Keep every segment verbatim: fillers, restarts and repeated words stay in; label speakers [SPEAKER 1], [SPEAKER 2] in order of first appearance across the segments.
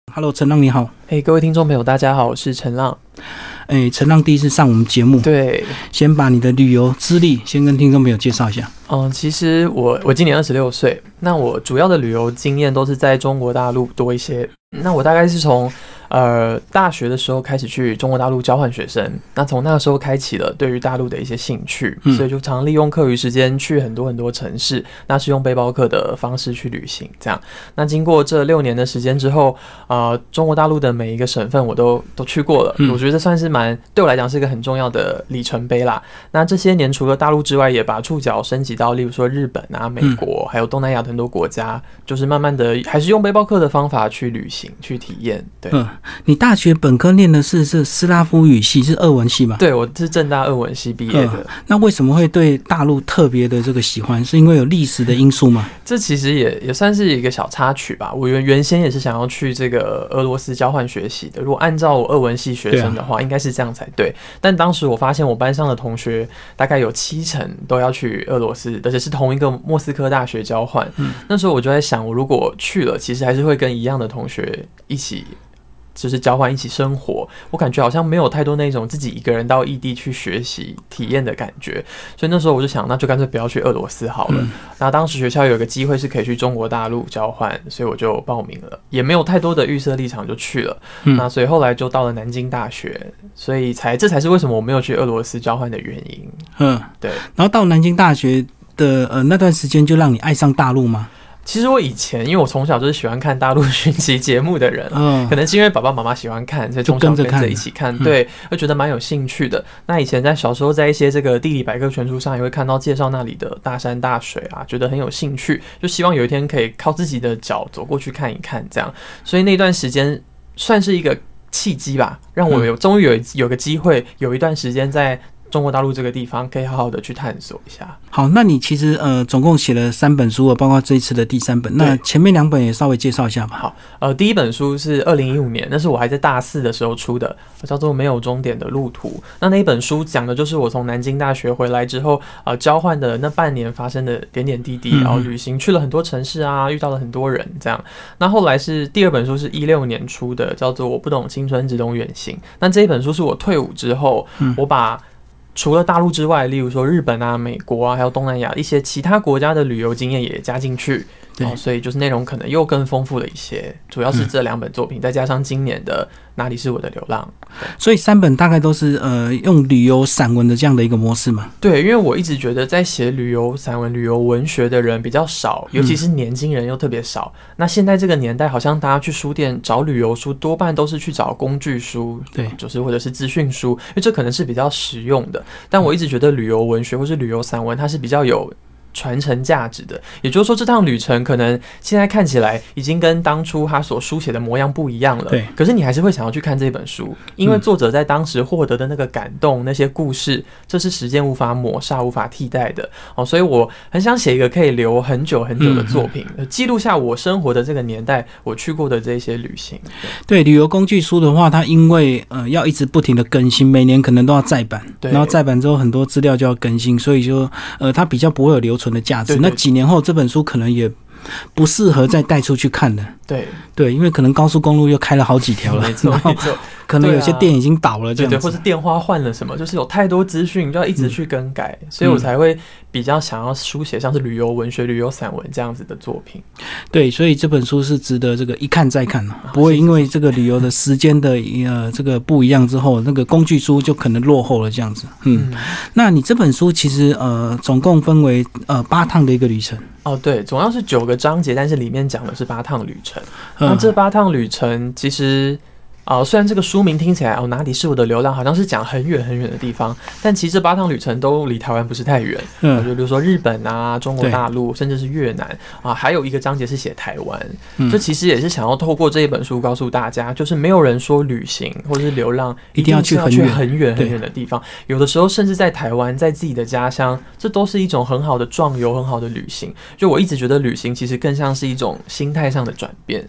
[SPEAKER 1] Hello， 陈浪你好。
[SPEAKER 2] 嘿、hey, 各位听众朋友，大家好，我是陈浪。
[SPEAKER 1] 哎，陈浪第一次上我们节目，
[SPEAKER 2] 对，
[SPEAKER 1] 先把你的旅游资历先跟听众朋友介绍一下。
[SPEAKER 2] 嗯，其实我我今年二十六岁，那我主要的旅游经验都是在中国大陆多一些。那我大概是从呃大学的时候开始去中国大陆交换学生，那从那个时候开启了对于大陆的一些兴趣，嗯、所以就常利用课余时间去很多很多城市，那是用背包客的方式去旅行，这样。那经过这六年的时间之后，呃，中国大陆的每一个省份我都都去过了，嗯、我觉得算是蛮对我来讲是一个很重要的里程碑啦。那这些年除了大陆之外，也把触角升级到例如说日本啊、美国，嗯、还有东南亚的很多国家，就是慢慢的还是用背包客的方法去旅行。去体验，对。嗯，
[SPEAKER 1] 你大学本科念的是是斯拉夫语系，是俄文系吧？
[SPEAKER 2] 对，我是政大俄文系毕业的。嗯、
[SPEAKER 1] 那为什么会对大陆特别的这个喜欢？是因为有历史的因素吗？
[SPEAKER 2] 这其实也也算是一个小插曲吧。我原原先也是想要去这个俄罗斯交换学习的。如果按照我俄文系学生的话，啊、应该是这样才对。但当时我发现我班上的同学大概有七成都要去俄罗斯，而且是同一个莫斯科大学交换。嗯、那时候我就在想，我如果去了，其实还是会跟一样的同学一起就是交换，一起生活，我感觉好像没有太多那种自己一个人到异地去学习体验的感觉，所以那时候我就想，那就干脆不要去俄罗斯好了。嗯、那当时学校有一个机会是可以去中国大陆交换，所以我就报名了，也没有太多的预设立场就去了。嗯、那所以后来就到了南京大学，所以才这才是为什么我没有去俄罗斯交换的原因。嗯，对。
[SPEAKER 1] 然后到南京大学的呃那段时间，就让你爱上大陆吗？
[SPEAKER 2] 其实我以前，因为我从小就是喜欢看大陆寻奇节目的人，嗯、可能是因为爸爸妈妈喜欢看，所以从小跟着一起看，对，会觉得蛮有兴趣的。那以前在小时候，在一些这个地理百科全书上也会看到介绍那里的大山大水啊，觉得很有兴趣，就希望有一天可以靠自己的脚走过去看一看，这样。所以那段时间算是一个契机吧，让我有终于有有个机会，有一段时间在中国大陆这个地方可以好好的去探索一下。
[SPEAKER 1] 好，那你其实呃总共写了三本书，包括这一次的第三本。那前面两本也稍微介绍一下吧。
[SPEAKER 2] 好，呃，第一本书是二零一五年，那是我还在大四的时候出的，叫做《没有终点的路途》。那那一本书讲的就是我从南京大学回来之后，呃，交换的那半年发生的点点滴滴，然后旅行去了很多城市啊，遇到了很多人，这样。那后来是第二本书是一六年出的，叫做《我不懂青春，只懂远行》。那这一本书是我退伍之后，嗯、我把除了大陆之外，例如说日本啊、美国啊，还有东南亚一些其他国家的旅游经验也加进去，对、哦，所以就是内容可能又更丰富了一些。主要是这两本作品，嗯、再加上今年的《哪里是我的流浪》，
[SPEAKER 1] 所以三本大概都是呃用旅游散文的这样的一个模式嘛。
[SPEAKER 2] 对，因为我一直觉得在写旅游散文、旅游文学的人比较少，尤其是年轻人又特别少。嗯、那现在这个年代，好像大家去书店找旅游书，多半都是去找工具书，对，就是或者是资讯书，因为这可能是比较实用的。但我一直觉得旅游文学或是旅游散文，它是比较有传承价值的，也就是说，这趟旅程可能现在看起来已经跟当初他所书写的模样不一样了。对，可是你还是会想要去看这本书，因为作者在当时获得的那个感动、嗯、那些故事，这是时间无法抹杀、无法替代的哦。所以我很想写一个可以留很久很久的作品，嗯、记录下我生活的这个年代我去过的这些旅行。
[SPEAKER 1] 对，对旅游工具书的话，它因为呃要一直不停的更新，每年可能都要再版，然后再版之后很多资料就要更新，所以就呃它比较不会有留存的价值。对对对，那几年后这本书可能也不适合再带出去看了。对对，因为可能高速公路又开了好几条了，没错没错，可能有些店已经倒了这样子，
[SPEAKER 2] 对对，或是电话换了什么，就是有太多资讯就要一直去更改，嗯、所以我才会比较想要书写像是旅游文学、旅游散文这样子的作品。
[SPEAKER 1] 对，所以这本书是值得这个一看再看，啊、不会因为这个旅游的时间的呃这个不一样之后，那个工具书就可能落后了这样子。嗯，嗯那你这本书其实呃总共分为呃八趟的一个旅程。
[SPEAKER 2] 哦，对，总要是九个章节，但是里面讲的是八趟旅程。嗯、那这八趟旅程其实。呃，虽然这个书名听起来哦，哪里是我的流浪，好像是讲很远很远的地方，但其实这八趟旅程都离台湾不是太远。嗯，就比如说日本啊、中国大陆，甚至是越南啊，还有一个章节是写台湾。嗯，这其实也是想要透过这一本书告诉大家，就是没有人说旅行或是流浪一定要去很远很远很远的地方，有的时候甚至在台湾，在自己的家乡，这都是一种很好的壮游、很好的旅行。就我一直觉得旅行其实更像是一种心态上的转变。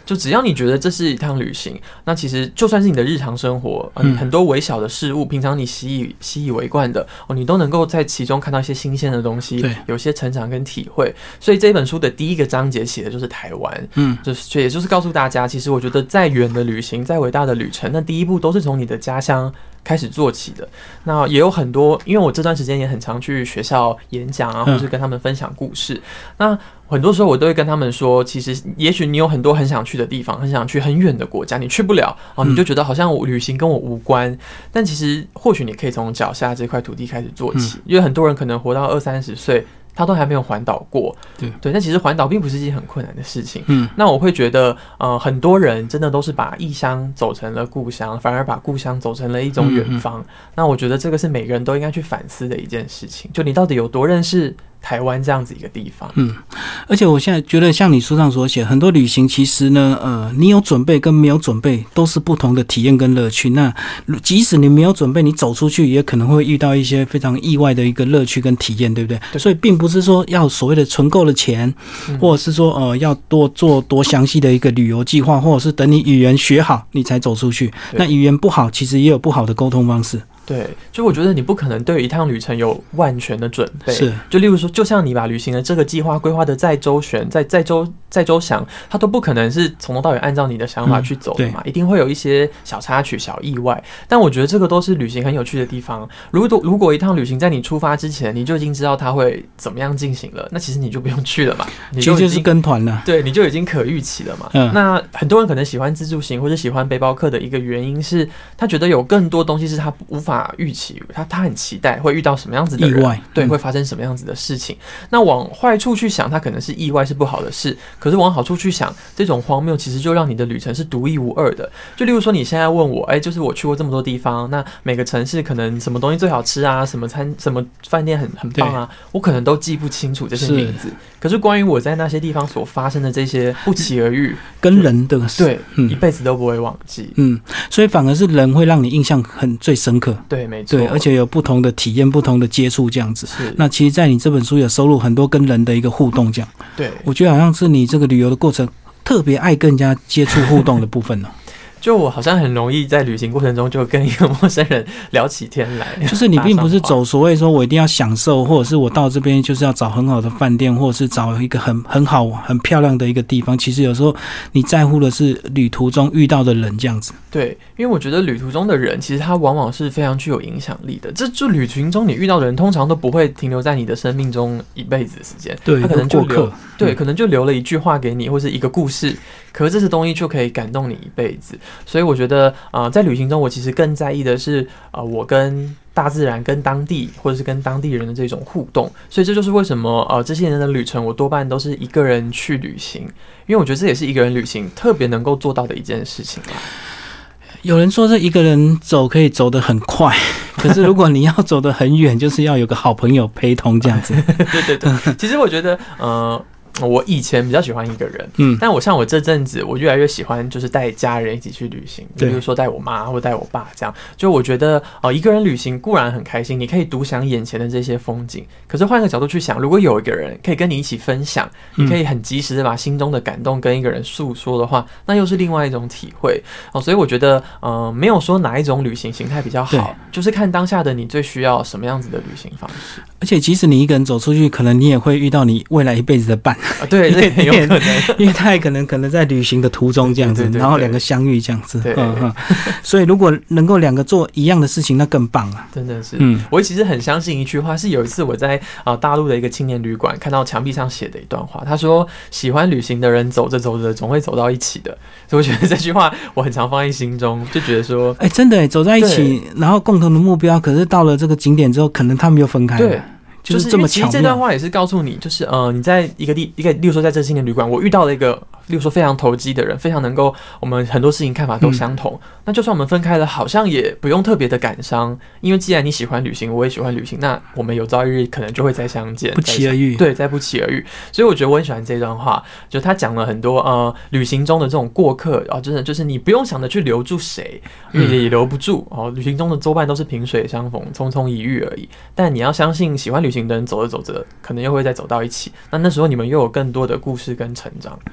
[SPEAKER 2] 就只要你觉得这是一趟旅行，那其实就算是你的日常生活，嗯，很多微小的事物，平常你习以习以为惯的哦，你都能够在其中看到一些新鲜的东西，有些成长跟体会。所以这本书的第一个章节写的就是台湾，嗯，就是也就是告诉大家，其实我觉得再远的旅行，再伟大的旅程，那第一步都是从你的家乡开始做起的。那也有很多，因为我这段时间也很常去学校演讲啊，或是跟他们分享故事。嗯、那很多时候我都会跟他们说，其实也许你有很多很想去的地方，很想去很远的国家，你去不了哦，你就觉得好像我旅行跟我无关。嗯、但其实或许你可以从脚下这块土地开始做起，嗯、因为很多人可能活到二三十岁。他都还没有环岛过，对对，但其实环岛并不是一件很困难的事情。嗯，那我会觉得，呃，很多人真的都是把异乡走成了故乡，反而把故乡走成了一种远方。嗯嗯，那我觉得这个是每个人都应该去反思的一件事情，就你到底有多认识台湾这样子一个地方。
[SPEAKER 1] 嗯，而且我现在觉得像你书上所写，很多旅行其实呢，呃，你有准备跟没有准备都是不同的体验跟乐趣。那即使你没有准备，你走出去也可能会遇到一些非常意外的一个乐趣跟体验，对不对？对，所以并不是说要所谓的存够了钱，嗯、或者是说呃要多做多详细的一个旅游计划，或者是等你语言学好你才走出去。那语言不好，其实也有不好的沟通方式。
[SPEAKER 2] 对，就我觉得你不可能对于一趟旅程有万全的准备。是，就例如说，就像你把旅行的这个计划规划的再周全、再再周再周详，它都不可能是从头到尾按照你的想法去走的嘛，嗯、一定会有一些小插曲、小意外。但我觉得这个都是旅行很有趣的地方。如果如果一趟旅行在你出发之前，你就已经知道它会怎么样进行了，那其实你就不用去了嘛，你就已经
[SPEAKER 1] 就是跟团了。
[SPEAKER 2] 对，你就已经可预期了嘛。嗯、那很多人可能喜欢自助行或者喜欢背包客的一个原因是，他觉得有更多东西是他无法预期，他他很期待会遇到什么样子的人，意外，对，会发生什么样子的事情。嗯、那往坏处去想，它可能是意外，是不好的事；可是往好处去想，这种荒谬其实就让你的旅程是独一无二的。就例如说，你现在问我，哎、欸，就是我去过这么多地方，那每个城市可能什么东西最好吃啊，什么餐什么饭店很很棒啊，我可能都记不清楚这些名字。可是关于我在那些地方所发生的这些不期而遇
[SPEAKER 1] 跟人的事，
[SPEAKER 2] 对，嗯、一辈子都不会忘记。
[SPEAKER 1] 嗯，所以反而是人会让你印象很最深刻。
[SPEAKER 2] 对，没错。
[SPEAKER 1] 对，而且有不同的体验、不同的接触这样子。那其实，在你这本书有收录很多跟人的一个互动，这样。
[SPEAKER 2] 对，
[SPEAKER 1] 我觉得好像是你这个旅游的过程特别爱跟人家接触互动的部分呢、喔。
[SPEAKER 2] 就我好像很容易在旅行过程中就跟一个陌生人聊起天来，
[SPEAKER 1] 就是你并不是走所谓说我一定要享受，或者是我到这边就是要找很好的饭店，或者是找一个很很好很漂亮的一个地方。其实有时候你在乎的是旅途中遇到的人这样子。
[SPEAKER 2] 对，因为我觉得旅途中的人其实他往往是非常具有影响力的。这就旅途中你遇到的人通常都不会停留在你的生命中一辈子的时间，
[SPEAKER 1] 对，
[SPEAKER 2] 他可能就留
[SPEAKER 1] 过客，
[SPEAKER 2] 对，可能就留了一句话给你，或是一个故事。可是这些东西就可以感动你一辈子，所以我觉得，呃，在旅行中，我其实更在意的是，呃，我跟大自然、跟当地或者是跟当地人的这种互动。所以这就是为什么，呃，这些年的旅程，我多半都是一个人去旅行，因为我觉得这也是一个人旅行特别能够做到的一件事情啦。
[SPEAKER 1] 有人说，这一个人走可以走得很快，可是如果你要走得很远，就是要有个好朋友陪同这样子。
[SPEAKER 2] 对对对，其实我觉得，呃。我以前比较喜欢一个人，嗯，但我像我这阵子，我越来越喜欢就是带家人一起去旅行，比如说带我妈或带我爸这样。就我觉得，呃，一个人旅行固然很开心，你可以独享眼前的这些风景。可是换个角度去想，如果有一个人可以跟你一起分享，你可以很及时的把心中的感动跟一个人诉说的话，那又是另外一种体会哦。所以我觉得，呃，没有说哪一种旅行形态比较好，就是看当下的你最需要什么样子的旅行方式。
[SPEAKER 1] 而且，即使你一个人走出去，可能你也会遇到你未来一辈子的伴。
[SPEAKER 2] 啊，对，这很有可能，
[SPEAKER 1] 因为他也可能可能在旅行的途中这样子，对对对对，然后两个相遇这样子，
[SPEAKER 2] 对，
[SPEAKER 1] 嗯嗯，所以如果能够两个做一样的事情，那更棒啊！
[SPEAKER 2] 真的是，嗯，我其实很相信一句话，是有一次我在呃大陆的一个青年旅馆看到墙壁上写的一段话，他说：“喜欢旅行的人走着走着总会走到一起的。”所以我觉得这句话我很常放在心中，就觉得说，
[SPEAKER 1] 哎、欸，真的哎，走在一起，然后共同的目标，可是到了这个景点之后，可能他们又分开了。
[SPEAKER 2] 对。就是这么巧妙。其实这段话也是告诉你，就是呃，你在一个地一个，例如说在这青年旅馆，我遇到了一个，例如说非常投机的人，非常能够我们很多事情看法都相同。嗯、那就算我们分开了，好像也不用特别的感伤，因为既然你喜欢旅行，我也喜欢旅行，那我们有朝一日可能就会再相见，
[SPEAKER 1] 不期而遇。
[SPEAKER 2] 对，再不期而遇。所以我觉得我很喜欢这段话，就他讲了很多呃旅行中的这种过客啊，真的就是你不用想着去留住谁，因为也留不住哦。旅行中的多半都是萍水相逢，匆匆一遇而已。但你要相信，喜欢旅行的人走着走着，可能又会再走到一起。那那时候你们又有更多的故事跟成长。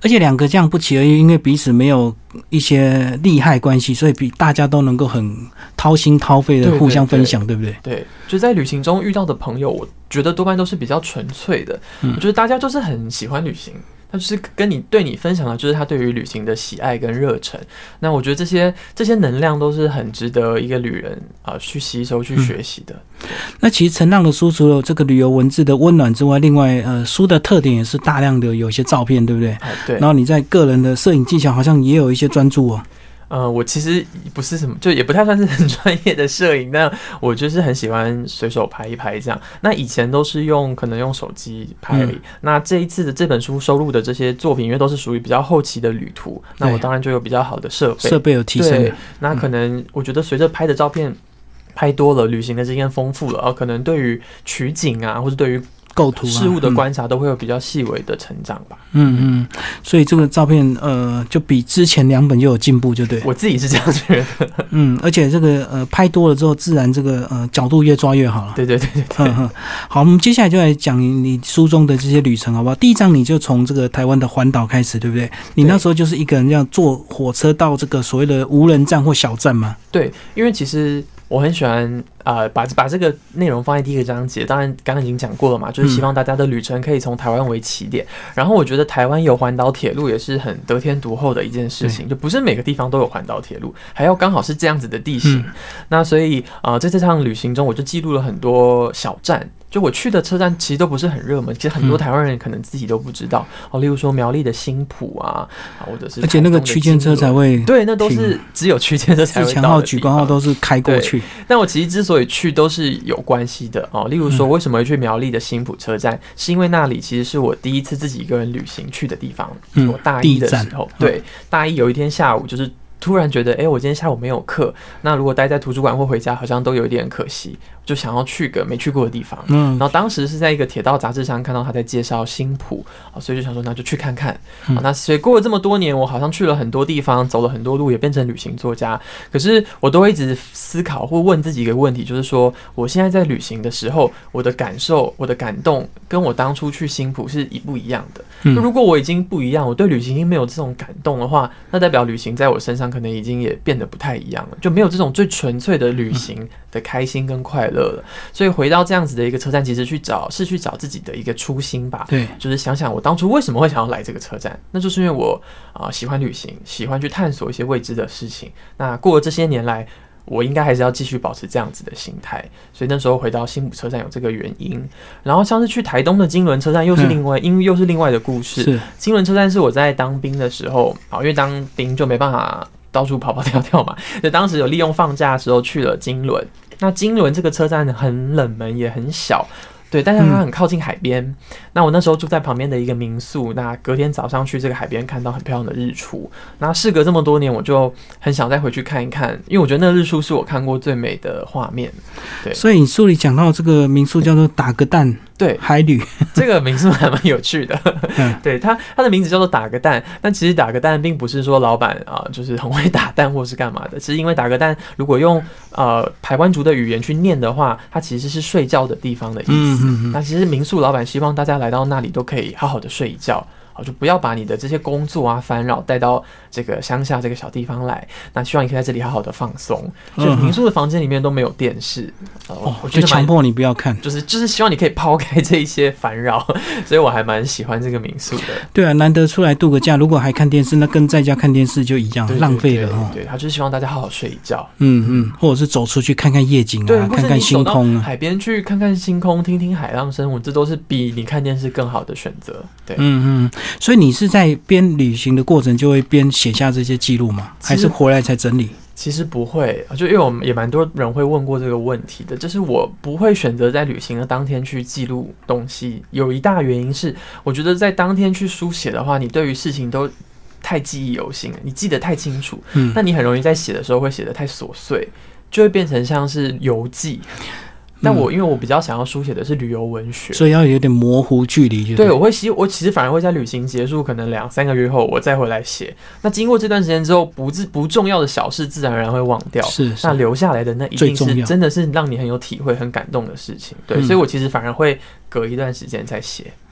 [SPEAKER 1] 而且两个这样不期而遇，因为彼此没有一些利害关系，所以比大家都能够很掏心掏肺的互相分享， 对, 对, 对不对？
[SPEAKER 2] 对，就在旅行中遇到的朋友，我觉得多半都是比较纯粹的。嗯、我觉得大家就是很喜欢旅行。他就是跟你对你分享的，就是他对于旅行的喜爱跟热忱。那我觉得这些这些能量都是很值得一个旅人啊、呃、去吸收、去学习的。嗯、
[SPEAKER 1] 那其实陈浪的书除了这个旅游文字的温暖之外，另外呃书的特点也是大量的有一些照片，对不对？
[SPEAKER 2] 啊、对。
[SPEAKER 1] 然后你在个人的摄影技巧好像也有一些专注哦。
[SPEAKER 2] 呃，我其实不是什么，就也不太算是很专业的摄影，但我就是很喜欢随手拍一拍这样。那以前都是用可能用手机拍而已、嗯。那这一次的这本书收录的这些作品，因为都是属于比较后期的旅途，那我当然就有比较好的设备，
[SPEAKER 1] 设备有提升。
[SPEAKER 2] 对，那可能我觉得随着拍的照片拍多了，旅行的经验丰富了，哦，可能对于取景啊，或者对于构图、啊、事物的观察都会有比较细微的成长吧。
[SPEAKER 1] 嗯嗯，所以这个照片呃，就比之前两本就有进步，就对。
[SPEAKER 2] 我自己是这样觉得。
[SPEAKER 1] 嗯，而且这个呃拍多了之后，自然这个呃角度越抓越好了。
[SPEAKER 2] 对对对对对。
[SPEAKER 1] 嗯嗯。好，我们接下来就来讲你书中的这些旅程，好不好？第一章你就从这个台湾的环岛开始，对不对？你那时候就是一个人这样坐火车到这个所谓的无人站或小站嘛。
[SPEAKER 2] 对，因为其实我很喜欢呃把把这个内容放在第一个章节，当然刚刚已经讲过了嘛，就是希望大家的旅程可以从台湾为起点、嗯。然后我觉得台湾有环岛铁路也是很得天独厚的一件事情，就不是每个地方都有环岛铁路，还要刚好是这样子的地形。嗯、那所以呃在这趟旅行中，我就记录了很多小站。就我去的车站其实都不是很热门，其实很多台湾人可能自己都不知道、嗯、哦，例如说苗栗的新埔啊，或者是
[SPEAKER 1] 而且那个区间车才会
[SPEAKER 2] 对，那都是只有区间车才会到的地方，自强号、莒光号都是开过去。但我其实之所以去都是有关系的哦，例如说为什么会去苗栗的新埔车站、嗯，是因为那里其实是我第一次自己一个人旅行去的地方。嗯，我大一的时候，对，大一有一天下午就是。突然觉得，哎、欸，我今天下午没有课，那如果待在图书馆或回家，好像都有一点可惜，就想要去个没去过的地方。嗯，然后当时是在一个铁道杂志上看到他在介绍新埔，所以就想说，那就去看看。嗯、那所以过了这么多年，我好像去了很多地方，走了很多路，也变成旅行作家。可是我都会一直思考或问自己一个问题，就是说，我现在在旅行的时候，我的感受、我的感动，跟我当初去新埔是一不一样的。嗯，如果我已经不一样，我对旅行已经没有这种感动的话，那代表旅行在我身上可能已经也变得不太一样了，就没有这种最纯粹的旅行的开心跟快乐了。所以回到这样子的一个车站，其实去找是去找自己的一个初心吧。
[SPEAKER 1] 对，
[SPEAKER 2] 就是想想我当初为什么会想要来这个车站，那就是因为我啊、呃、喜欢旅行，喜欢去探索一些未知的事情。那过了这些年来，我应该还是要继续保持这样子的心态，所以那时候回到新埔车站有这个原因。然后像是去台东的金轮车站，又是另外，因为又是另外的故事。金轮车站是我在当兵的时候，啊，因为当兵就没办法到处跑跑跳跳嘛，所以当时有利用放假的时候去了金轮。那金轮这个车站很冷门，也很小。对，但是它很靠近海边、嗯。那我那时候住在旁边的一个民宿，那隔天早上去这个海边看到很漂亮的日出。那事隔这么多年，我就很想再回去看一看，因为我觉得那个日出是我看过最美的画面。对，
[SPEAKER 1] 所以你书里讲到这个民宿叫做打个蛋。
[SPEAKER 2] 对，
[SPEAKER 1] 海旅
[SPEAKER 2] 这个民宿还蛮有趣的。嗯、对，它它的名字叫做打个蛋，但其实打个蛋并不是说老板啊、呃、就是很会打蛋或是干嘛的，是因为打个蛋如果用呃排湾族的语言去念的话，它其实是睡觉的地方的意思。嗯嗯嗯，那其实民宿老板希望大家来到那里都可以好好的睡一觉。就不要把你的这些工作啊烦扰带到这个乡下这个小地方来，那希望你可以在这里好好的放松。所以民宿的房间里面都没有电视，
[SPEAKER 1] 呃、哦，我就强迫你不要看，
[SPEAKER 2] 就是就是希望你可以抛开这一些烦扰，所以我还蛮喜欢这个民宿的。
[SPEAKER 1] 对啊，难得出来度个假，如果还看电视，那跟在家看电视就一样，对对对对，浪费了哈。
[SPEAKER 2] 对，他就是希望大家好好睡一觉，
[SPEAKER 1] 嗯嗯，或者是走出去看看夜景啊，看看星空啊，
[SPEAKER 2] 海边去看看星空，听听海浪声，我这都是比你看电视更好的选择。对，
[SPEAKER 1] 嗯嗯，所以你是在边旅行的过程就会边写下这些记录吗？还是回来才整理？
[SPEAKER 2] 其实不会，就因为我们也蛮多人会问过这个问题的，就是我不会选择在旅行的当天去记录东西。有一大原因是，我觉得在当天去书写的话，你对于事情都太记忆犹新了，你记得太清楚，嗯，那你很容易在写的时候会写得太琐碎，就会变成像是游记。但我因为我比较想要书写的是旅游文学，
[SPEAKER 1] 所以要有点模糊距离。对，
[SPEAKER 2] 我会希我其实反而会在旅行结束可能两三个月后，我再回来写。那经过这段时间之后，不不重要的小事自然而然会忘掉，是，是那留下来的那一定是真的是让你很有体会、很感动的事情。对，嗯、所以我其实反而会隔一段时间再写。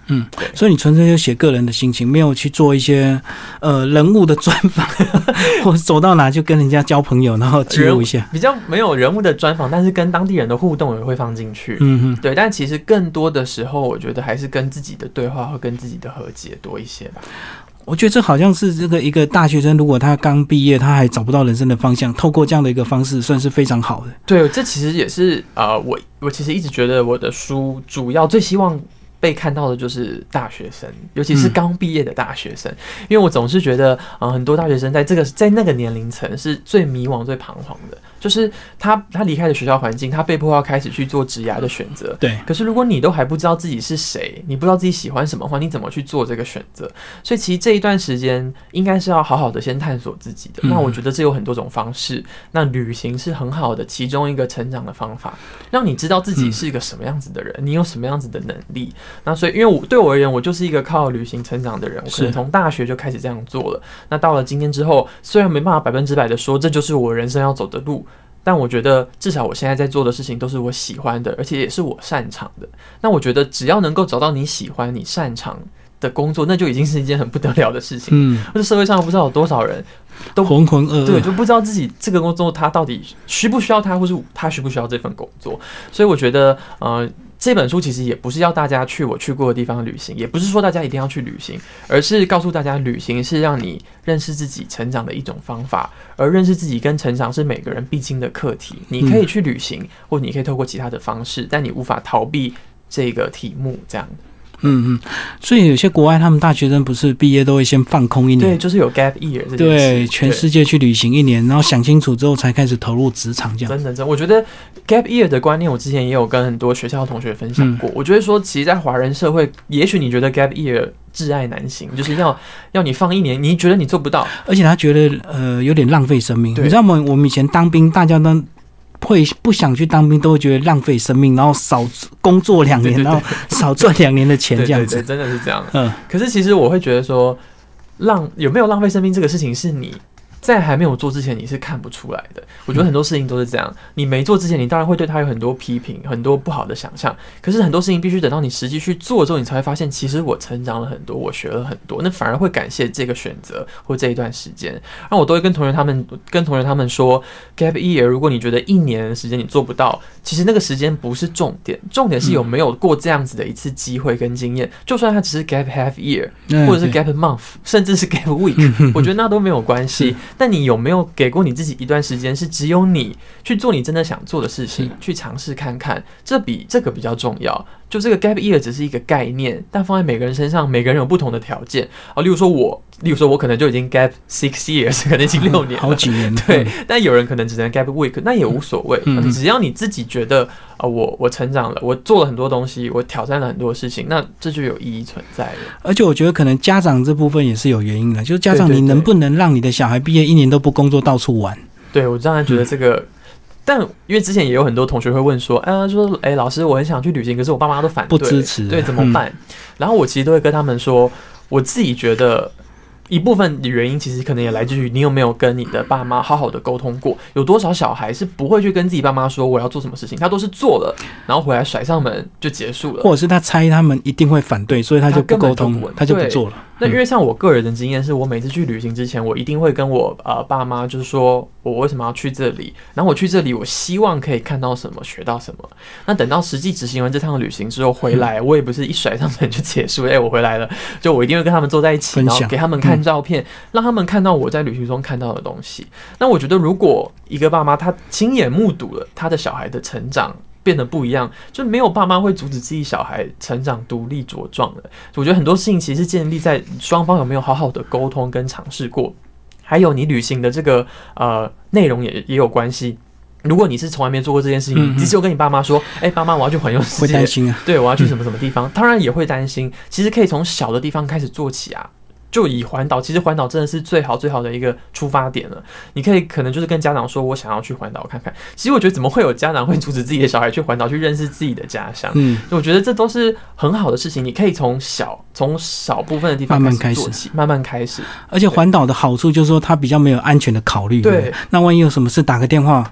[SPEAKER 1] 嗯，所以你纯粹就写个人的心情，没有去做一些呃人物的专访，或者走到哪就跟人家交朋友，然后记录一下。
[SPEAKER 2] 比较没有人物的专访，但是跟当地人的互动也会放进去。
[SPEAKER 1] 嗯哼，
[SPEAKER 2] 对，但其实更多的时候，我觉得还是跟自己的对话和跟自己的和解多一些吧。
[SPEAKER 1] 我觉得这好像是这个一个大学生，如果他刚毕业，他还找不到人生的方向，透过这样的一个方式，算是非常好的。
[SPEAKER 2] 对，这其实也是呃，我我其实一直觉得我的书主要最希望被看到的就是大学生，尤其是刚毕业的大学生，嗯、因为我总是觉得，呃，很多大学生在这个在那个年龄层是最迷惘、最彷徨的。就是他他离开了学校环境，他被迫要开始去做职涯的选择。
[SPEAKER 1] 对。
[SPEAKER 2] 可是如果你都还不知道自己是谁，你不知道自己喜欢什么的话，你怎么去做这个选择？所以其实这一段时间应该是要好好的先探索自己的。嗯、那我觉得这有很多种方式，那旅行是很好的其中一个成长的方法，让你知道自己是一个什么样子的人，嗯、你有什么样子的能力。那所以因为我对我而言，我就是一个靠旅行成长的人，我可能从大学就开始这样做了。那到了今天之后，虽然没办法百分之百的说这就是我人生要走的路。但我觉得至少我现在在做的事情都是我喜欢的，而且也是我擅长的。那我觉得只要能够找到你喜欢你擅长的工作，那就已经是一件很不得了的事情。嗯，或者社会上不知道有多少人都
[SPEAKER 1] 浑浑噩噩，
[SPEAKER 2] 对，就不知道自己这个工作他到底需不需要他，或是他需不需要这份工作。所以我觉得呃这本书其实也不是要大家去我去过的地方旅行，也不是说大家一定要去旅行，而是告诉大家旅行是让你认识自己成长的一种方法，而认识自己跟成长是每个人必经的课题。你可以去旅行，或你可以透过其他的方式，但你无法逃避这个题目这样。
[SPEAKER 1] 嗯嗯，所以有些国外他们大学生不是毕业都会先放空一年，
[SPEAKER 2] 对，就是有 gap year 这件事，
[SPEAKER 1] 对，全世界去旅行一年，然后想清楚之后才开始投入职场这样。
[SPEAKER 2] 真的，真的，我觉得 gap year 的观念，我之前也有跟很多学校同学分享过。嗯、我觉得说，其实，在华人社会，也许你觉得 gap year 挚爱难行，就是要要你放一年，你觉得你做不到，
[SPEAKER 1] 而且他觉得呃有点浪费生命。你知道吗？我们以前当兵，大家都会不想去当兵，都会觉得浪费生命，然后少工作两年，对对对，然后少赚两年的钱，这样子。
[SPEAKER 2] 对对对，真的是这样。嗯，可是其实我会觉得说，浪有没有浪费生命这个事情，是你在还没有做之前你是看不出来的。我觉得很多事情都是这样，你没做之前，你当然会对它有很多批评，很多不好的想象。可是很多事情必须等到你实际去做之后，你才会发现，其实我成长了很多，我学了很多，那反而会感谢这个选择或这一段时间。那我都会跟同学他们跟同学他们说 ，gap year， 如果你觉得一年的时间你做不到，其实那个时间不是重点，重点是有没有过这样子的一次机会跟经验。嗯、就算它只是 gap half year， 或者是 gap month， 甚至是 gap week， 我觉得那都没有关系。但你有没有给过你自己一段时间，是只有你去做你真的想做的事情，去尝试看看，这比这个比较重要。就这个 gap year 只是一个概念，但放在每个人身上，每个人有不同的条件啊。例如说我，例如说我可能就已经 gap six years， 可能已经六年了，
[SPEAKER 1] 好几年。
[SPEAKER 2] 对，但有人可能只能 gap week， 那也无所谓。嗯、只要你自己觉得啊、呃，我我成长了，我做了很多东西，我挑战了很多事情，那这就有意义存在了。
[SPEAKER 1] 而且我觉得可能家长这部分也是有原因的，就是家长你能不能让你的小孩毕业一年都不工作到处玩？
[SPEAKER 2] 对，我当然觉得这个。嗯，但因为之前也有很多同学会问说，啊，说，哎、欸，老师，我很想去旅行，可是我爸妈都反对，
[SPEAKER 1] 不支持，
[SPEAKER 2] 对，怎么办？嗯、然后我其实都会跟他们说，我自己觉得一部分的原因其实可能也来自于你有没有跟你的爸妈好好的沟通过。有多少小孩是不会去跟自己爸妈说我要做什么事情，他都是做了，然后回来甩上门就结束了，
[SPEAKER 1] 或者是他猜他们一定会反对，所以他就不沟通，他就不做了。
[SPEAKER 2] 那因为像我个人的经验是，我每次去旅行之前，我一定会跟我呃爸妈就是说我为什么要去这里，然后我去这里，我希望可以看到什么，学到什么。那等到实际执行完这趟旅行之后回来，我也不是一甩上门就结束，哎、欸，我回来了，就我一定会跟他们坐在一起，然后给他们看照片，嗯、让他们看到我在旅行中看到的东西。那我觉得，如果一个爸妈他亲眼目睹了他的小孩的成长变得不一样，就没有爸妈会阻止自己小孩成长独立茁壮的。我觉得很多事情其实建立在双方有没有好好的沟通跟尝试过，还有你旅行的这个呃内容也也有关系。如果你是从来没做过这件事情，你只有跟你爸妈说，哎、欸，爸妈我要去环游世界，
[SPEAKER 1] 会担心啊，
[SPEAKER 2] 对，我要去什么什么地方，嗯、当然也会担心。其实可以从小的地方开始做起啊。就以环岛，其实环岛真的是最好最好的一个出发点了。你可以可能就是跟家长说，我想要去环岛看看。其实我觉得怎么会有家长会阻止自己的小孩去环岛，去认识自己的家乡？嗯，我觉得这都是很好的事情。你可以从小从少部分的地方开始做起，慢慢开始。
[SPEAKER 1] 而且环岛的好处就是说，它比较没有安全的考虑。对，那万一有什么事，打个电话。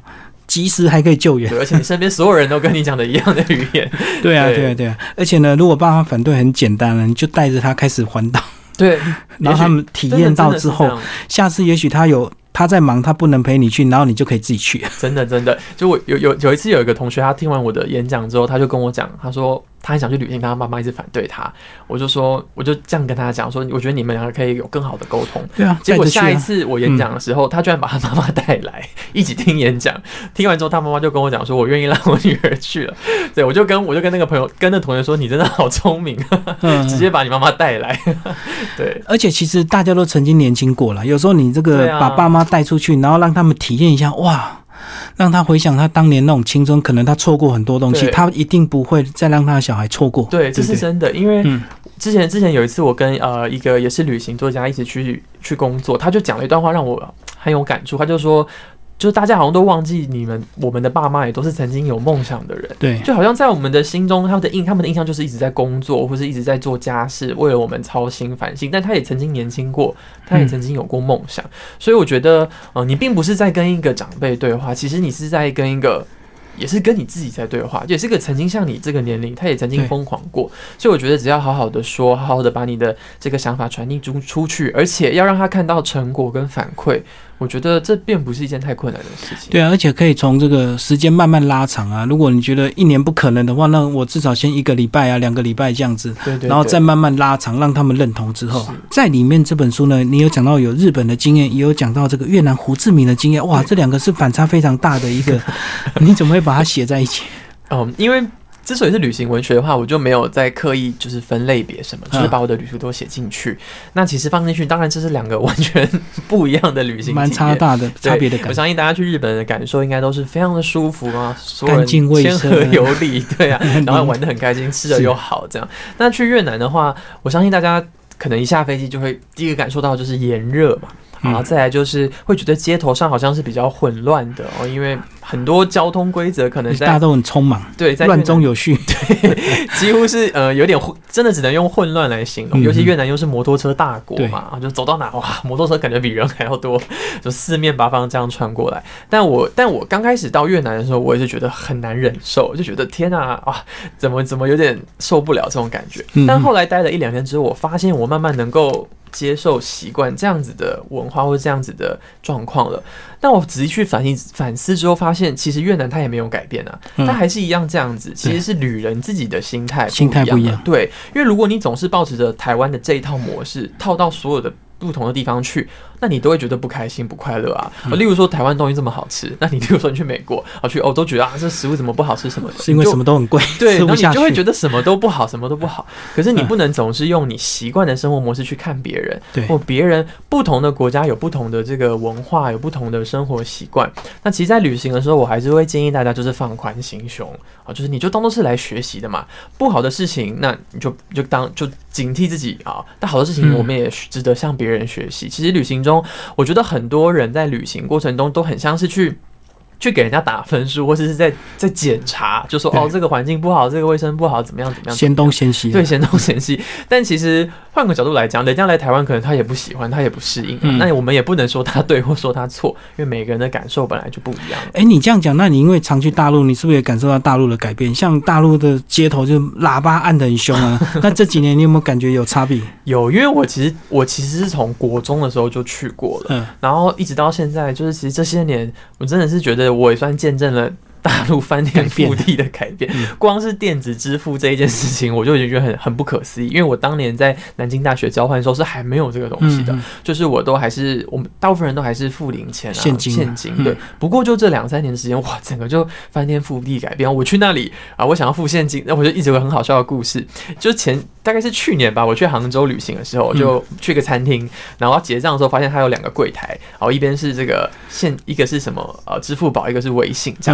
[SPEAKER 1] 及时还可以救援，
[SPEAKER 2] 而且你身边所有人都跟你讲的一样的语言。
[SPEAKER 1] 对啊，对啊，对啊。而且呢，如果爸妈反对，很简单了，你就带着他开始环岛。
[SPEAKER 2] 对，
[SPEAKER 1] 然后他们体验到之后，下次也许他有他在忙，他不能陪你去，然后你就可以自己去。
[SPEAKER 2] 真的，真的，就我有有有一次有一个同学，他听完我的演讲之后，他就跟我讲，他说他很想去旅行，但他妈妈一直反对他。我就说，我就这样跟他讲说，我觉得你们两个可以有更好的沟通。
[SPEAKER 1] 对啊，
[SPEAKER 2] 结果下一次我演讲的时候，嗯、他居然把他妈妈带来一起听演讲。听完之后，他妈妈就跟我讲说，我愿意让我女儿去了。对，我就跟我就跟那个朋友跟那同学说，你真的好聪明，嗯、直接把你妈妈带来。对，
[SPEAKER 1] 而且其实大家都曾经年轻过了，有时候你这个把爸妈带出去，然后让他们体验一下，哇！让他回想他当年那种青春，可能他错过很多东西，他一定不会再让他的小孩错过。
[SPEAKER 2] 对，这是真的，因为之前之前有一次，我跟呃一个也是旅行作家一起去去工作，他就讲了一段话让我很有感触，他就说。就是大家好像都忘记你们，我们的爸妈也都是曾经有梦想的人，
[SPEAKER 1] 对，
[SPEAKER 2] 就好像在我们的心中，他们的印，他们的印象就是一直在工作，或是一直在做家事，为了我们操心烦心。但他也曾经年轻过，他也曾经有过梦想，嗯、所以我觉得，呃，你并不是在跟一个长辈对话，其实你是在跟一个。也是跟你自己在对话，也是个曾经像你这个年龄，他也曾经疯狂过，所以我觉得只要好好的说，好好的把你的这个想法传递出去，而且要让他看到成果跟反馈，我觉得这并不是一件太困难的事情。
[SPEAKER 1] 对啊，而且可以从这个时间慢慢拉长啊。如果你觉得一年不可能的话，那我至少先一个礼拜啊，两个礼拜这样子，
[SPEAKER 2] 对对对，
[SPEAKER 1] 然后再慢慢拉长，让他们认同之后，在里面这本书呢，你有讲到有日本的经验，也有讲到这个越南胡志明的经验，哇，这两个是反差非常大的一个，你怎么会把它写在一起？
[SPEAKER 2] 嗯，因为之所以是旅行文学的话，我就没有再刻意就是分类别什么，就是把我的旅途都写进去。嗯、那其实放进去，当然这是两个完全不一样的旅行体验，
[SPEAKER 1] 蛮差大的差别的感觉。
[SPEAKER 2] 我相信大家去日本的感受应该都是非常的舒服啊，所有
[SPEAKER 1] 人
[SPEAKER 2] 谦和有礼，对啊，然后玩得很开心，吃的又好，这样。那去越南的话，我相信大家可能一下飞机就会第一个感受到就是炎热嘛。然后再来就是会觉得街头上好像是比较混乱的哦，因为很多交通规则可能在
[SPEAKER 1] 大家都很匆忙，
[SPEAKER 2] 对，在
[SPEAKER 1] 乱中有序，
[SPEAKER 2] 对，几乎是呃有点真的只能用混乱来形容。嗯、尤其越南又是摩托车大国嘛，就走到哪哇，摩托车感觉比人还要多，就四面八方这样穿过来。但我但我刚开始到越南的时候，我也是觉得很难忍受，就觉得天啊啊，怎么怎么有点受不了这种感觉。嗯、但后来待了一两天之后，我发现我慢慢能够接受习惯这样子的文化或这样子的状况了。但我仔细去反思反思之后，发现其实越南它也没有改变啊，它、嗯、还是一样这样子。其实是旅人自己的心态
[SPEAKER 1] 心态不一样。
[SPEAKER 2] 对，因为如果你总是抱持着台湾的这一套模式套到所有的不同的地方去，那你都会觉得不开心不快乐啊。嗯、例如说台湾东西这么好吃，那你例如说你去美国啊去欧洲觉得啊这食物怎么不好吃什么的，
[SPEAKER 1] 是因为什么都很贵，
[SPEAKER 2] 对，然后你就会觉得什么都不好，什么都不好。可是你不能总是用你习惯的生活模式去看别人，
[SPEAKER 1] 对，
[SPEAKER 2] 或别人不同的国家有不同的这个文化，有不同的生活习惯。那其实，在旅行的时候，我还是会建议大家就是放宽心胸啊，就是你就当做是来学习的嘛。不好的事情，那你就就当就警惕自己啊。但好的事情，我们也值得向别人学习。嗯、其实旅行中，我觉得很多人在旅行过程中都很像是去。去给人家打分数，或者是在在检查，就说哦这个环境不好，这个卫生不好，怎么样怎么样，
[SPEAKER 1] 嫌东嫌西，
[SPEAKER 2] 对，嫌东嫌西。但其实换个角度来讲，人家来台湾可能他也不喜欢，他也不适应、啊嗯，那我们也不能说他对或说他错，因为每个人的感受本来就不一样。
[SPEAKER 1] 哎、欸，你这样讲，那你因为常去大陆，你是不是也感受到大陆的改变？像大陆的街头就喇叭按得很凶啊，那这几年你有没有感觉有差别？
[SPEAKER 2] 有，因为我其实我其实是从国中的时候就去过了，嗯，然后一直到现在，就是其实这些年，我真的是觉得我也算见证了大陆翻天覆地的改变，光是电子支付这一件事情，我就已经觉得很很不可思议。因为我当年在南京大学交换的时候是还没有这个东西的，嗯、就是我都还是我们大部分人都还是付零钱啊，
[SPEAKER 1] 现金，
[SPEAKER 2] 现金对。嗯、不过就这两三年的时间，哇，整个就翻天覆地改变。我去那里啊，我想要付现金，那我就一直有个很好笑的故事，就前大概是去年吧，我去杭州旅行的时候，我就去一个餐厅，然后要结账的时候发现它有两个柜台，然后一边是这个现，一个是什么呃支付宝，一个是微信，这样，嗯、我想说。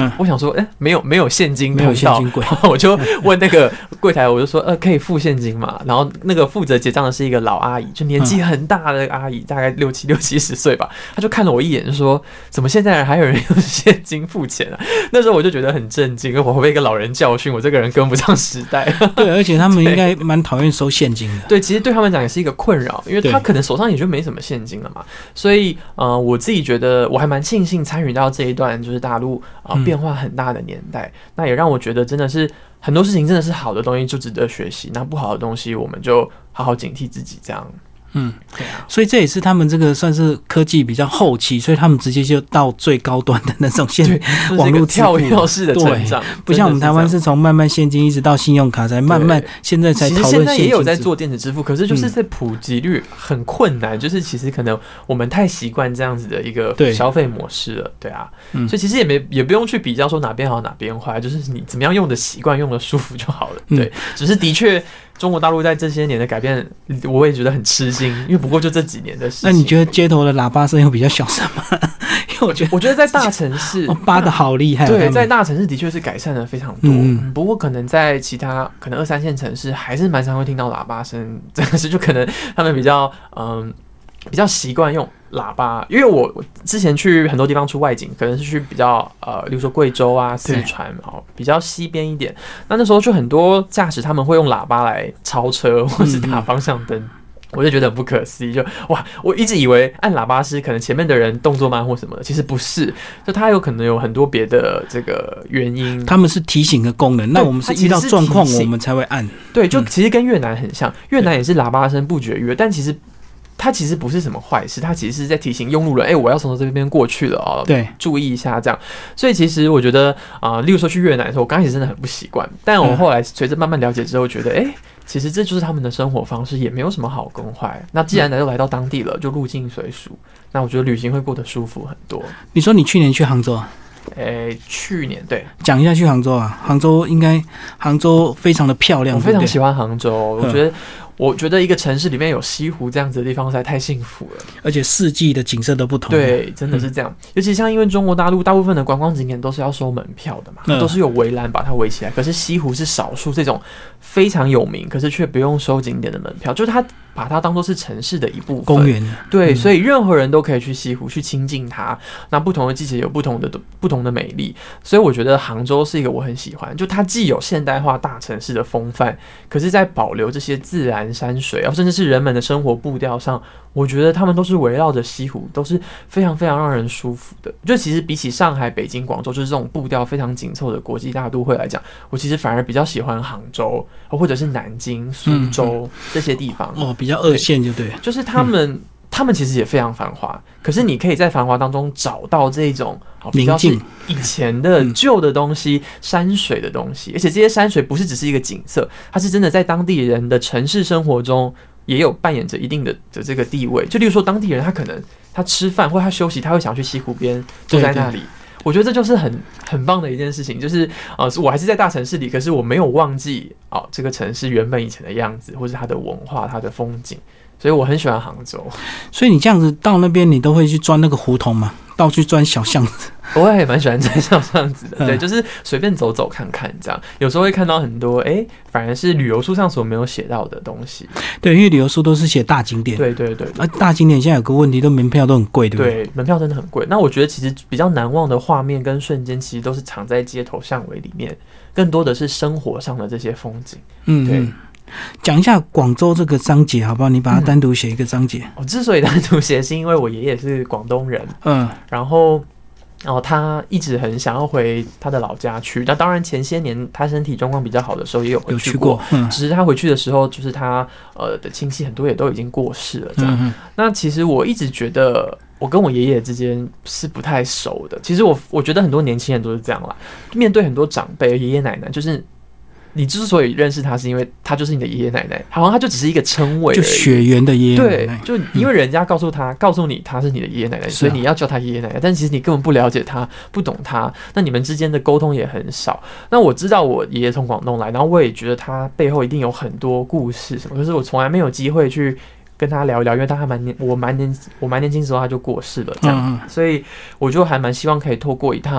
[SPEAKER 2] 说，哎、欸，没有没有现金，
[SPEAKER 1] 没有现金柜，
[SPEAKER 2] 我就问那个柜台，我就说，呃，可以付现金嘛？然后那个负责结账的是一个老阿姨，就年纪很大的阿姨，大概六七六七十岁吧。她就看了我一眼，就说，怎么现在还有人用现金付钱啊？那时候我就觉得很震惊，我会被一个老人教训，我这个人跟不上时代。
[SPEAKER 1] 对，而且他们应该蛮讨厌收现金的。
[SPEAKER 2] 对，其实对他们讲也是一个困扰，因为他可能手上也就没什么现金了嘛。所以，呃，我自己觉得我还蛮庆幸参与到这一段就是大陆啊、呃、变化很大的年代、嗯，那也让我觉得真的是很多事情真的是好的东西就值得学习，那不好的东西我们就好好警惕自己这样。
[SPEAKER 1] 嗯，对啊，所以这也是他们这个算是科技比较后期，所以他们直接就到最高端的那种现网络
[SPEAKER 2] 跳跃式的成长，
[SPEAKER 1] 不像我们台湾是从慢慢现金一直到信用卡，才慢慢现在才讨论现金。
[SPEAKER 2] 其实现在也有在做电子支付，可是就是在普及率很困难，嗯、就是其实可能我们太习惯这样子的一个消费模式了，对啊，嗯、所以其实也没也不用去比较说哪边好哪边坏，就是你怎么样用的习惯、用的舒服就好了，对，嗯、只是的确。中国大陆在这些年的改变，我也觉得很吃惊，因为不过就这几年的事情。
[SPEAKER 1] 那你觉得街头的喇叭声又比较小声吗？因为我觉得，
[SPEAKER 2] 我觉得在大城市
[SPEAKER 1] 扒的好厉害。
[SPEAKER 2] 对，在大城市的确是改善了非常多。嗯，不过可能在其他可能二三线城市，还是蛮常会听到喇叭声。这个是就可能他们比较嗯比较习惯用喇叭，因为我我之前去很多地方出外景，可能是去比较呃，例如说贵州啊、四川哦，比较西边一点。那那时候就很多驾驶他们会用喇叭来超车或是打方向灯。嗯，我就觉得很不可思议，就哇！我一直以为按喇叭是可能前面的人动作慢或什么的，其实不是，就它有可能有很多别的这个原因。
[SPEAKER 1] 他们是提醒的功能，那我们是遇到状况我们才会按。
[SPEAKER 2] 对，就其实跟越南很像，越南也是喇叭声不绝于耳，但其实。它其实不是什么坏事，它其实是在提醒用路人，哎、欸，我要从这边过去了哦，
[SPEAKER 1] 对，
[SPEAKER 2] 注意一下这样。所以其实我觉得啊、呃，例如说去越南的时候，我刚开始真的很不习惯，但我后来随着慢慢了解之后，觉得哎、欸，其实这就是他们的生活方式，也没有什么好跟坏。那既然来都来到当地了，就入境随俗，那我觉得旅行会过得舒服很多。
[SPEAKER 1] 你说你去年去杭州啊？
[SPEAKER 2] 诶、欸，去年对，
[SPEAKER 1] 讲一下去杭州啊，杭州应该杭州非常的漂亮，
[SPEAKER 2] 我非常喜欢杭州，我觉得。我觉得一个城市里面有西湖这样子的地方实在太幸福了，
[SPEAKER 1] 而且四季的景色都不同。
[SPEAKER 2] 对，真的是这样。嗯、尤其像因为中国大陆大部分的观光景点都是要收门票的嘛，嗯、都是有围栏把它围起来。可是西湖是少数这种非常有名，可是却不用收景点的门票，就是它把它当作是城市的一部分。
[SPEAKER 1] 公园。
[SPEAKER 2] 对、
[SPEAKER 1] 嗯，
[SPEAKER 2] 所以任何人都可以去西湖去亲近它。那不同的季节有不同的不同的美丽，所以我觉得杭州是一个我很喜欢，就它既有现代化大城市的风范，可是在保留这些自然山水啊，甚至是人们的生活步调上，我觉得他们都是围绕着西湖，都是非常非常让人舒服的。就其实比起上海、北京、广州，就是这种步调非常紧凑的国际大都会来讲，我其实反而比较喜欢杭州，或者是南京、苏州、嗯、这些地方。
[SPEAKER 1] 哦，比较二线就对，
[SPEAKER 2] 就是他们。嗯他们其实也非常繁华，可是你可以在繁华当中找到这种比较是以前的旧的东西、嗯、山水的东西，而且这些山水不是只是一个景色，它是真的在当地人的城市生活中也有扮演着一定的的这个地位。就例如说，当地人他可能他吃饭或他休息，他会想去西湖边坐在那里。对对，我觉得这就是很很棒的一件事情，就是呃，我还是在大城市里，可是我没有忘记哦，这个城市原本以前的样子，或是它的文化、它的风景。所以我很喜欢杭州。
[SPEAKER 1] 所以你这样子到那边，你都会去钻那个胡同吗？到处钻小巷子？
[SPEAKER 2] 我也蛮喜欢钻小巷子的，嗯、对，就是随便走走看看这样。有时候会看到很多，哎、欸，反而是旅游书上所没有写到的东西。
[SPEAKER 1] 对，因为旅游书都是写大景点。
[SPEAKER 2] 对对 对, 对。
[SPEAKER 1] 啊，大景点现在有个问题，都门票都很贵，对不对？
[SPEAKER 2] 对，门票真的很贵。那我觉得其实比较难忘的画面跟瞬间，其实都是藏在街头巷尾里面，更多的是生活上的这些风景。嗯，对。
[SPEAKER 1] 讲一下广州这个章节好不好？你把它单独写一个章节。
[SPEAKER 2] 我、嗯、之所以单独写，是因为我爷爷是广东人，嗯，然后，然后他一直很想要回他的老家去。那当然前些年他身体状况比较好的时候也有回去过，有去过嗯、只是他回去的时候，就是他呃的亲戚很多也都已经过世了，这样。嗯、那其实我一直觉得。我跟我爷爷之间是不太熟的。其实我我觉得很多年轻人都是这样啦，面对很多长辈、爷爷奶奶，就是你之所以认识他，是因为他就是你的爷爷奶奶，好像他就只是一个称谓而已，
[SPEAKER 1] 就血缘的爷爷奶
[SPEAKER 2] 奶。对，就因为人家告诉他、嗯、告诉你他是你的爷爷奶奶，所以你要叫他爷爷奶奶。但其实你根本不了解他，不懂他，那你们之间的沟通也很少。那我知道我爷爷从广东来，然后我也觉得他背后一定有很多故事什么，可是我从来没有机会去。跟他聊一聊，因为他还蛮年，我蛮年，我蛮年轻的时候他就过世了，这样，嗯、所以我就还蛮希望可以透过一趟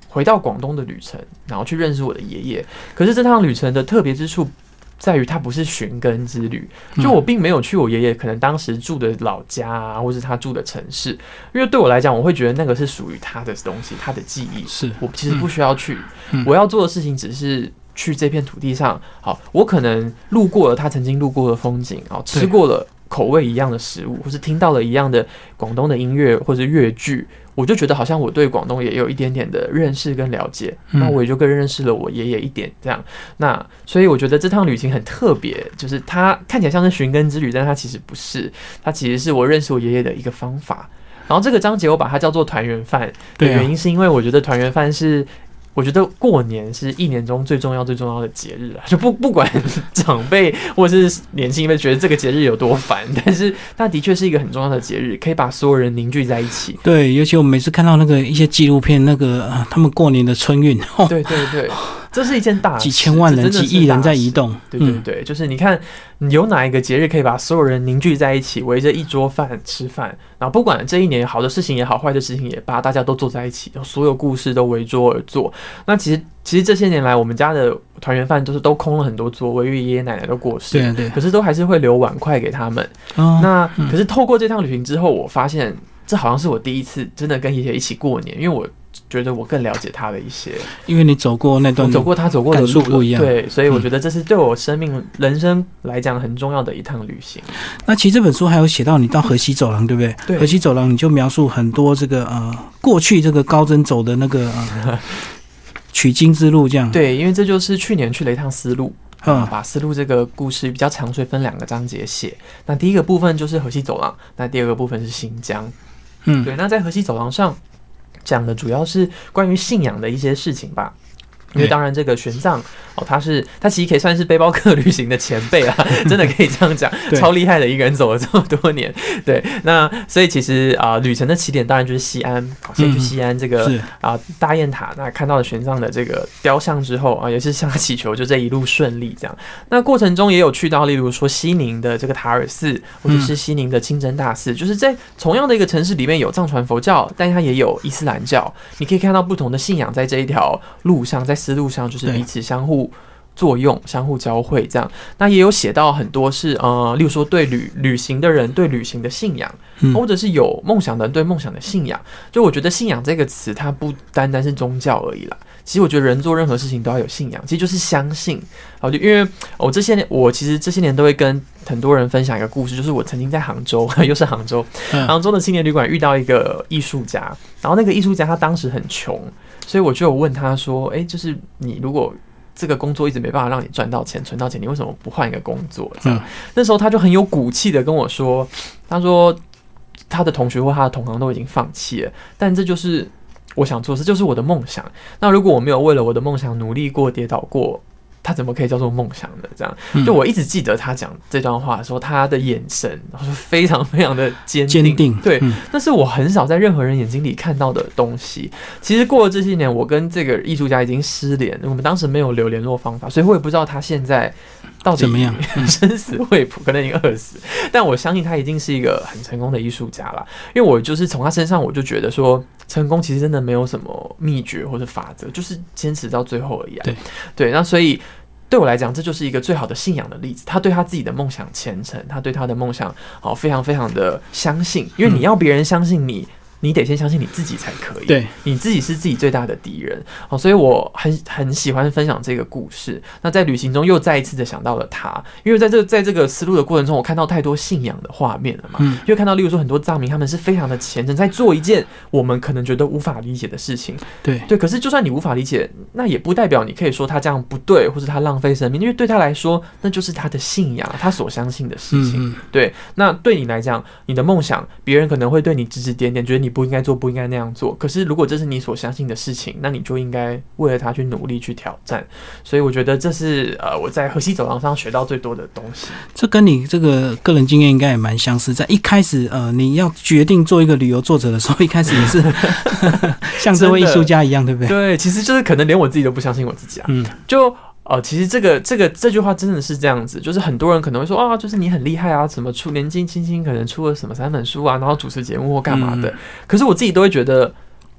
[SPEAKER 2] 回到广东的旅程，然后去认识我的爷爷。可是这趟旅程的特别之处在于它不是寻根之旅，就我并没有去我爷爷可能当时住的老家啊，或是他住的城市，因为对我来讲，我会觉得那个是属于他的东西，他的记忆，
[SPEAKER 1] 是我
[SPEAKER 2] 其实不需要去，嗯、我要做的事情只是去这片土地上，好，我可能路过了他曾经路过的风景，好，吃过了口味一样的食物，或是听到了一样的广东的音乐或者粤剧。我就觉得好像我对广东也有一点点的认识跟了解，嗯、那我也就更认识了我爷爷一点这样。那所以我觉得这趟旅行很特别，就是它看起来像是寻根之旅，但它其实不是，它其实是我认识我爷爷的一个方法。然后这个章节我把它叫做团圆饭的原因，是因为我觉得团圆饭是。我觉得过年是一年中最重要最重要的节日啊，就不不管长辈或是年轻一辈觉得这个节日有多烦，但是它的确是一个很重要的节日，可以把所有人凝聚在一起。
[SPEAKER 1] 对，尤其我们每次看到那个一些纪录片，那个、呃、他们过年的春运，哦、
[SPEAKER 2] 对对对，这是一件大事，
[SPEAKER 1] 几千万人、几亿人在移动。
[SPEAKER 2] 对对对，嗯、就是你看，有哪一个节日可以把所有人凝聚在一起，围着一桌饭吃饭，然后不管这一年好的事情也好，坏的事情也罢，大家都坐在一起，所有故事都围桌而坐。那其实，其实这些年来，我们家的团圆饭都是都空了很多桌位，因为爷爷奶奶都过世，
[SPEAKER 1] 对对，
[SPEAKER 2] 可是都还是会留碗筷给他们。哦、那、嗯、可是透过这趟旅行之后，我发现这好像是我第一次真的跟爷爷一起过年，因为我觉得我更了解他的一些，
[SPEAKER 1] 因为你走过那段，
[SPEAKER 2] 我走过他走过的路
[SPEAKER 1] 不一样，
[SPEAKER 2] 对，所以我觉得这是对我生命、嗯、人生来讲很重要的一趟旅行。
[SPEAKER 1] 那其实这本书还有写到你到河西走廊，对不对？
[SPEAKER 2] 对，
[SPEAKER 1] 河西走廊你就描述很多这个呃过去这个高真走的那个呃取经之路，这样。
[SPEAKER 2] 对，因为这就是去年去了一趟丝路。嗯，把丝路这个故事比较长，所以分两个章节写。那第一个部分就是河西走廊，那第二个部分是新疆。嗯，对。那在河西走廊上讲的主要是关于信仰的一些事情吧。因为当然这个玄奘哦，他是他其实可以算是背包客旅行的前辈啊，真的可以这样讲，超厉害的一个人走了这么多年。对，那所以其实啊、呃，旅程的起点当然就是西安，先去西安这个啊、呃、大雁塔，那看到了玄奘的这个雕像之后啊，也是向他祈求，就这一路顺利这样。那过程中也有去到，例如说西宁的这个塔尔寺，或者是西宁的清真大寺，就是在同样的一个城市里面有藏传佛教，但它也有伊斯兰教，你可以看到不同的信仰在这一条路上，在丝路上就是彼此相互作用、相互交汇这样。那也有写到很多是呃，例如说对旅旅行的人对旅行的信仰，嗯、或者是有梦想的人对梦想的信仰。就我觉得信仰这个词，它不单单是宗教而已啦。其实我觉得人做任何事情都要有信仰，其实就是相信。好，就因为我这些年，我其实这些年都会跟很多人分享一个故事，就是我曾经在杭州，又是杭州，嗯、杭州的青年旅馆遇到一个艺术家，然后那个艺术家他当时很穷，所以我就有问他说：“哎、欸，就是你如果这个工作一直没办法让你赚到钱、存到钱，你为什么不换一个工作？”这样，嗯、那时候他就很有骨气的跟我说：“他说他的同学或他的同行都已经放弃了，但这就是我想做的事，就是我的梦想。那如果我没有为了我的梦想努力过、跌倒过，他怎么可以叫做梦想呢？”这样，就我一直记得他讲这段话的时候，他的眼神非常非常的坚定，坚定对，嗯、那是我很少在任何人眼睛里看到的东西。其实过了这些年，我跟这个艺术家已经失联，我们当时没有留联络方法，所以我也不知道他现在到底
[SPEAKER 1] 怎么样，
[SPEAKER 2] 生死未卜，可能已经饿死。但我相信他一定是一个很成功的艺术家啦，因为我就是从他身上，我就觉得说，成功其实真的没有什么秘诀或者法则，就是坚持到最后而已啊。
[SPEAKER 1] 对
[SPEAKER 2] 对，那所以对我来讲，这就是一个最好的信仰的例子。他对他自己的梦想虔诚，他对他的梦想好非常非常的相信，因为你要别人相信你。你得先相信你自己才可以，
[SPEAKER 1] 对，
[SPEAKER 2] 你自己是自己最大的敌人，哦，所以我很很喜欢分享这个故事。那在旅行中又再一次的想到了他，因为在这个在这个思路的过程中，我看到太多信仰的画面了嘛，嗯，因为看到例如说很多藏民他们是非常的虔诚，在做一件我们可能觉得无法理解的事情，
[SPEAKER 1] 对
[SPEAKER 2] 对，可是就算你无法理解，那也不代表你可以说他这样不对，或是他浪费生命，因为对他来说那就是他的信仰，他所相信的事情，嗯嗯对。那对你来讲，你的梦想，别人可能会对你指指点点，觉得你不应该做，不应该那样做。可是如果这是你所相信的事情，那你就应该为了它去努力去挑战。所以我觉得这是呃我在河西走廊上学到最多的东西。
[SPEAKER 1] 这跟你这个个人经验应该也蛮相似。在一开始呃你要决定做一个旅游作者的时候，一开始也是像这位艺术家一样，对不对？
[SPEAKER 2] 对，其实就是可能连我自己都不相信我自己啊。嗯，就。呃，其实这个这个这句话真的是这样子，就是很多人可能会说啊，就是你很厉害啊，怎么出年纪轻轻可能出了什么三本书啊，然后主持节目或干嘛的。嗯、可是我自己都会觉得，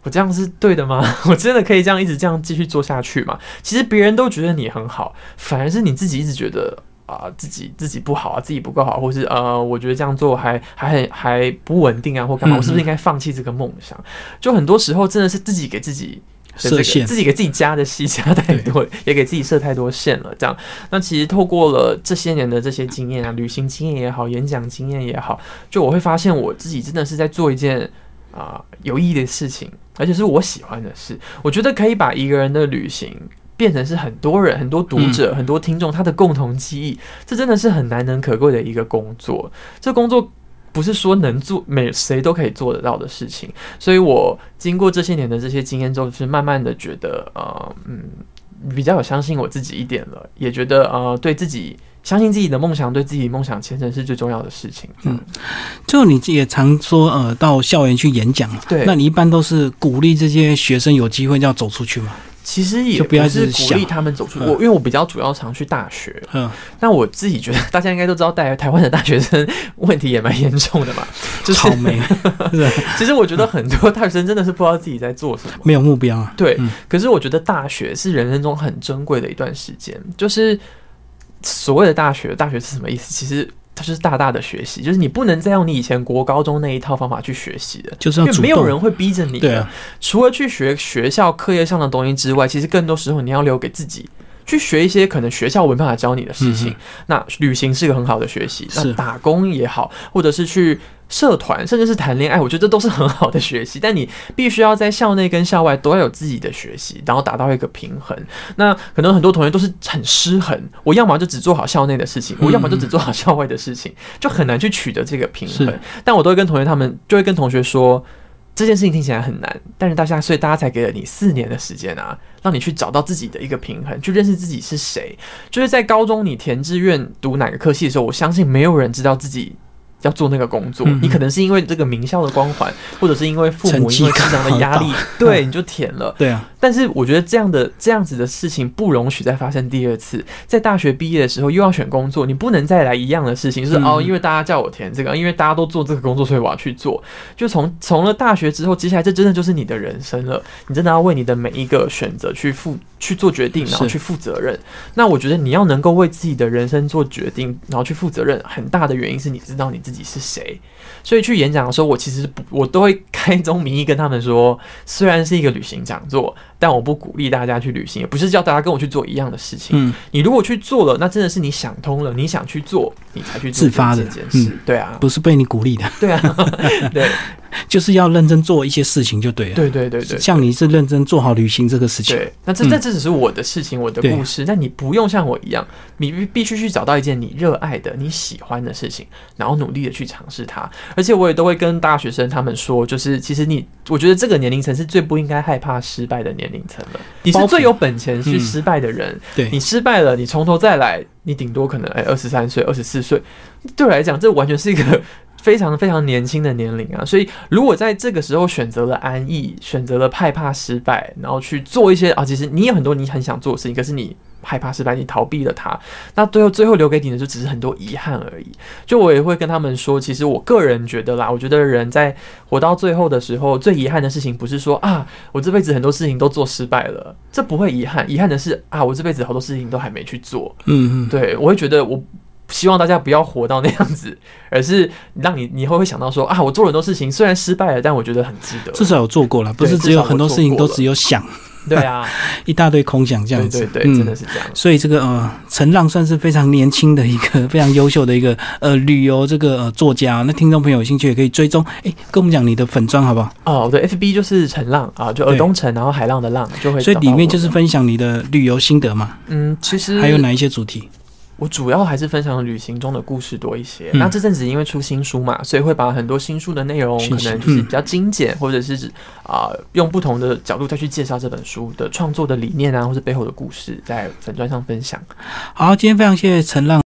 [SPEAKER 2] 我这样是对的吗？我真的可以这样一直这样继续做下去吗？其实别人都觉得你很好，反而是你自己一直觉得啊、呃，自己自己不好啊，自己不够好，或是呃，我觉得这样做还还还不稳定啊，或干嘛？我是不是应该放弃这个梦想？就很多时候真的是自己给自己
[SPEAKER 1] 设限，
[SPEAKER 2] 自己给自己加的戏加太多，也给自己设太多线了。这样，那其实透过了这些年的这些经验啊，旅行经验也好，演讲经验也好，就我会发现我自己真的是在做一件啊、呃、有意义的事情，而且是我喜欢的事。我觉得可以把一个人的旅行变成是很多人、很多读者、嗯、很多听众他的共同记忆，这真的是很难能可贵的一个工作。这工作不是说能做每谁都可以做得到的事情，所以我经过这些年的这些经验之后，就是慢慢的觉得，呃，嗯，比较有相信我自己一点了，也觉得呃，对自己相信自己的梦想，对自己梦想前程是最重要的事情。嗯，
[SPEAKER 1] 最后你也常说，呃，到校园去演讲，
[SPEAKER 2] 对，
[SPEAKER 1] 那你一般都是鼓励这些学生有机会要走出去吗？
[SPEAKER 2] 其实也不是鼓励他们走出去，我因为我比较主要常去大学，嗯，但我自己觉得大家应该都知道，台湾的大学生问题也蛮严重的嘛，就是
[SPEAKER 1] 草莓。
[SPEAKER 2] 其实我觉得很多大学生真的是不知道自己在做什么，
[SPEAKER 1] 没有目标啊。
[SPEAKER 2] 对，嗯、可是我觉得大学是人生中很珍贵的一段时间，就是所谓的大学，大学是什么意思？其实它就是大大的学习，就是你不能再用你以前国高中那一套方法去学习的，
[SPEAKER 1] 就是要主动，
[SPEAKER 2] 因为没有人会逼着你的。
[SPEAKER 1] 对啊，
[SPEAKER 2] 除了去学学校课业上的东西之外，其实更多时候你要留给自己。去学一些可能学校没办法教你的事情，嗯、那旅行是个很好的学习，那打工也好，或者是去社团，甚至是谈恋爱，我觉得这都是很好的学习。但你必须要在校内跟校外都要有自己的学习，然后达到一个平衡。那可能很多同学都是很失衡，我要么就只做好校内的事情，我要么就只做好校外的事情，就很难去取得这个平衡。但我都会跟同学他们，就会跟同学说。这件事情听起来很难，但是大家，所以大家才给了你四年的时间啊，让你去找到自己的一个平衡，去认识自己是谁。就是在高中你填志愿读哪个科系的时候，我相信没有人知道自己要做那个工作，嗯、你可能是因为这个名校的光环，或者是因为父母因为成长的压力，对，你就填了。
[SPEAKER 1] 对啊。
[SPEAKER 2] 但是我觉得这样的这样子的事情不容许再发生第二次。在大学毕业的时候又要选工作，你不能再来一样的事情，就是、嗯、哦，因为大家叫我填这个，因为大家都做这个工作，所以我要去做。就从从了大学之后，接下来这真的就是你的人生了，你真的要为你的每一个选择去负去做决定，然后去负责任。那我觉得你要能够为自己的人生做决定，然后去负责任，很大的原因是你知道你自己是谁。所以去演讲的时候，我其实不我都会开宗明义跟他们说，虽然是一个旅行讲座，但我不鼓励大家去旅行，也不是叫大家跟我去做一样的事情。嗯，你如果去做了，那真的是你想通了，你想去做，你才去做
[SPEAKER 1] 自发的
[SPEAKER 2] 这件事。嗯、对啊，
[SPEAKER 1] 不是被你鼓励的。
[SPEAKER 2] 对啊，对，
[SPEAKER 1] 就是要认真做一些事情就对了。
[SPEAKER 2] 对对 对, 对, 对，
[SPEAKER 1] 像你是认真做好旅行这个事情。
[SPEAKER 2] 对，那这这这只是我的事情，嗯、我的故事，但你不用像我一样，你必须去找到一件你热爱的、你喜欢的事情，然后努力的去尝试它。而且我也都会跟大学生他们说，就是其实你，我觉得这个年龄层是最不应该害怕失败的年龄层了。你是最有本钱去失败的人，嗯、对，你失败了，你从头再来，你顶多可能哎二十三岁、二十四岁，对我来讲，这完全是一个非常非常年轻的年龄啊。所以如果在这个时候选择了安逸，选择了害怕失败，然后去做一些啊，其实你有很多你很想做的事情，可是你害怕失败，你逃避了它，那最后最后留给你的就只是很多遗憾而已。就我也会跟他们说，其实我个人觉得啦，我觉得人在活到最后的时候，最遗憾的事情不是说啊，我这辈子很多事情都做失败了，这不会遗憾，遗憾的是啊，我这辈子好多事情都还没去做。嗯嗯，对，我会觉得我希望大家不要活到那样子，而是让你你会会想到说啊，我做了很多事情，虽然失败了，但我觉得很值得，
[SPEAKER 1] 至少有做过了，不是只有很多事情都只有想。
[SPEAKER 2] 对啊，
[SPEAKER 1] 一大堆空想这样子，
[SPEAKER 2] 对对对，嗯、真的是这样。
[SPEAKER 1] 所以这个呃，陈浪算是非常年轻的一个非常优秀的一个呃旅游这个呃作家。那听众朋友有兴趣也可以追踪，哎，跟我们讲你的粉专好不好？
[SPEAKER 2] 哦，对 ，F B 就是陈浪啊，就尔东城，然后海浪的浪就会。
[SPEAKER 1] 所以里面就是分享你的旅游心得嘛。
[SPEAKER 2] 嗯，其实
[SPEAKER 1] 还有哪一些主题？
[SPEAKER 2] 我主要还是分享旅行中的故事多一些。嗯、那这阵子因为出新书嘛，所以会把很多新书的内容可能就是比较精简，嗯、或者是啊、呃、用不同的角度再去介绍这本书的创作的理念啊，或是背后的故事，在粉专上分享。
[SPEAKER 1] 好，今天非常谢谢陈浪。